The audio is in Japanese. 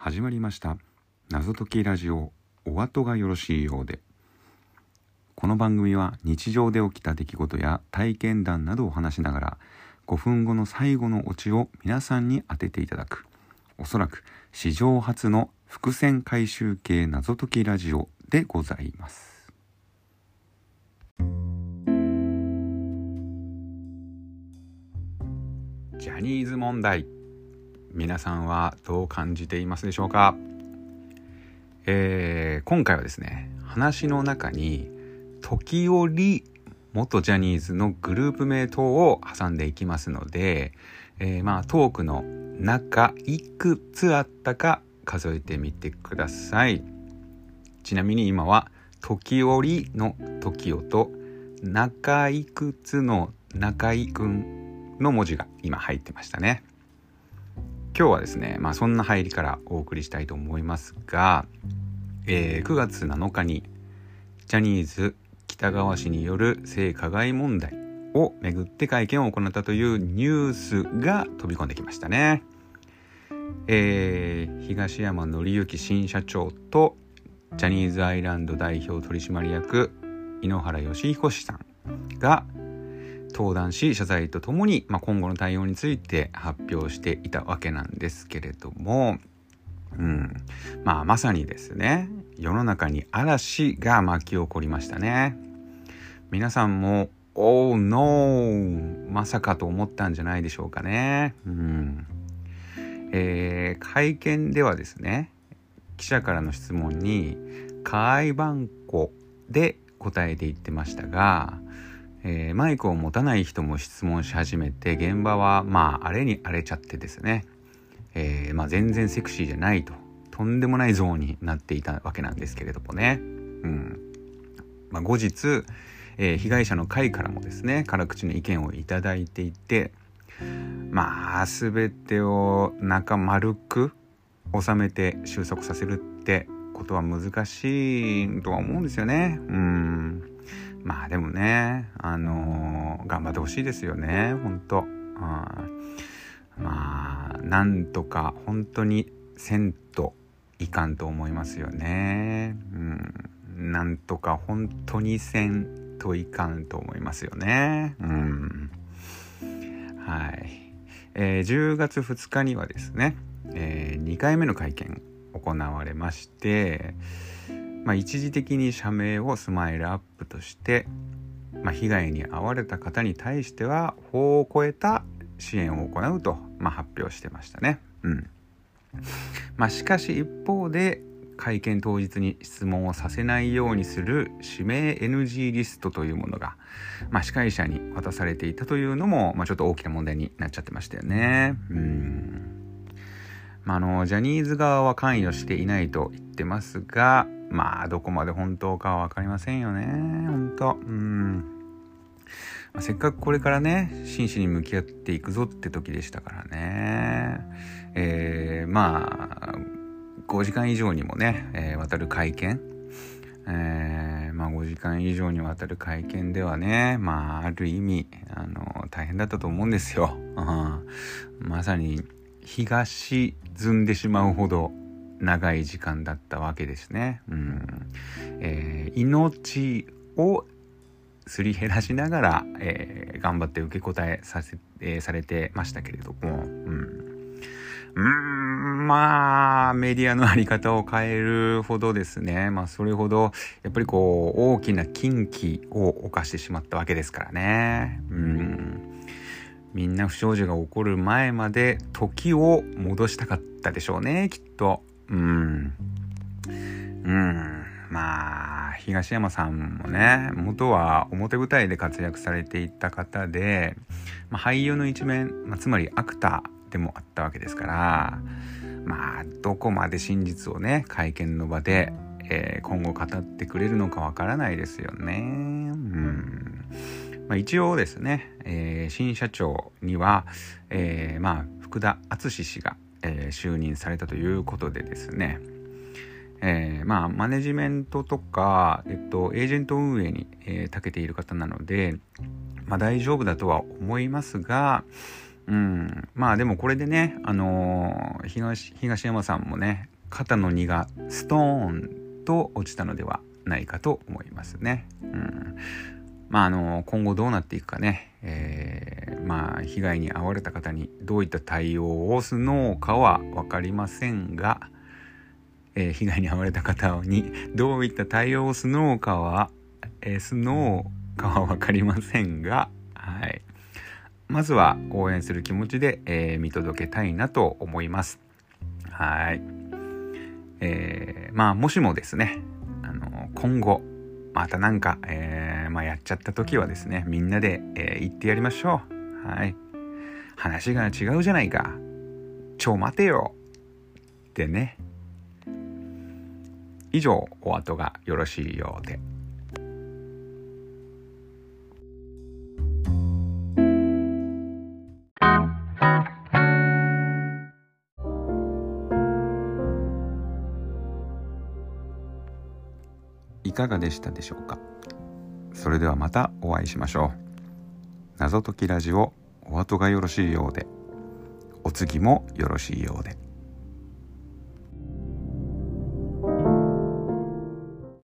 始まりました謎解きラジオ、お後がよろしいようで。この番組は日常で起きた出来事や体験談などを話しながら、5分後の最後のオチを皆さんに当てていただく、おそらく史上初の伏線回収系謎解きラジオでございます。ジャニーズ問題、皆さんはどう感じていますでしょうか。今回はですね、話の中に時折元ジャニーズのグループ名等を挟んでいきますので、トークの中いくつあったか数えてみてください。ちなみに今は時折の時代と中いくつの中井くんの文字が今入ってましたね。今日はですね、そんな入りからお送りしたいと思いますが、9月7日にジャニーズ喜多川氏による性加害問題をめぐって会見を行ったというニュースが飛び込んできましたね。東山紀之新社長とジャニーズアイランド代表取締役井ノ原快彦氏さんが登壇し、謝罪とともに、今後の対応について発表していたわけなんですけれども、まさにですね、世の中に嵐が巻き起こりましたね。皆さんもOh no まさかと思ったんじゃないでしょうかね。会見ではですね、記者からの質問に会員番号で答えていってましたが、マイクを持たない人も質問し始めて、現場は荒れに荒れちゃってですね、全然セクシーじゃないとんでもないゾーンになっていたわけなんですけれどもね。後日、被害者の会からもですね、辛口の意見をいただいていて、全てを丸く収めて収束させるってことは難しいとは思うんですよね。でもね、頑張ってほしいですよね、本当。なんとか本当にせんといかんと思いますよね。なんとか本当にせんといかんと思いますよね。10月2日にはですね、2回目の会見行われまして、一時的に社名をスマイルアップとして、被害に遭われた方に対しては法を超えた支援を行うと、発表してましたね。しかし一方で、会見当日に質問をさせないようにする指名 NG リストというものが、司会者に渡されていたというのも、ちょっと大きな問題になっちゃってましたよね。ジャニーズ側は関与していないと言ってますが、どこまで本当かは分かりませんよね、本当。せっかくこれからね、真摯に向き合っていくぞって時でしたからね。5時間以上にもね、わたる会見、5時間以上にわたる会見ではね、ある意味大変だったと思うんですよ。まさに日が沈んでしまうほど長い時間だったわけですね。命をすり減らしながら、頑張って受け答えされてましたけれども、メディアのあり方を変えるほどですね、それほどやっぱり大きな禁忌を犯してしまったわけですからね。みんな不祥事が起こる前まで時を戻したかったでしょうね、きっと。東山さんもね、元は表舞台で活躍されていた方で、俳優の一面、つまりアクターでもあったわけですから、どこまで真実をね、会見の場で、今後語ってくれるのかわからないですよね。一応ですね、新社長には、福田敦氏が、就任されたということでですね、マネジメントとか、エージェント運営に、長けている方なので、大丈夫だとは思いますが、でもこれでね、東山さんもね、 肩の荷がストーンと落ちたのではないかと思いますね。今後どうなっていくかね、被害に遭われた方にどういった対応をするのかは分かりませんが、被害に遭われた方にどういった対応をするのかは分かりませんが、はい、まずは応援する気持ちで、見届けたいなと思います。はい、もしもですね、今後またなんか、やっちゃった時はですね、みんなで、言ってやりましょう。はい、話が違うじゃないか、ちょ待てよってね。以上、お後がよろしいようで。いかがでしたでしょうか。それではまたお会いしましょう。謎解きラジオ、お後がよろしいようで、お次もよろしいようで。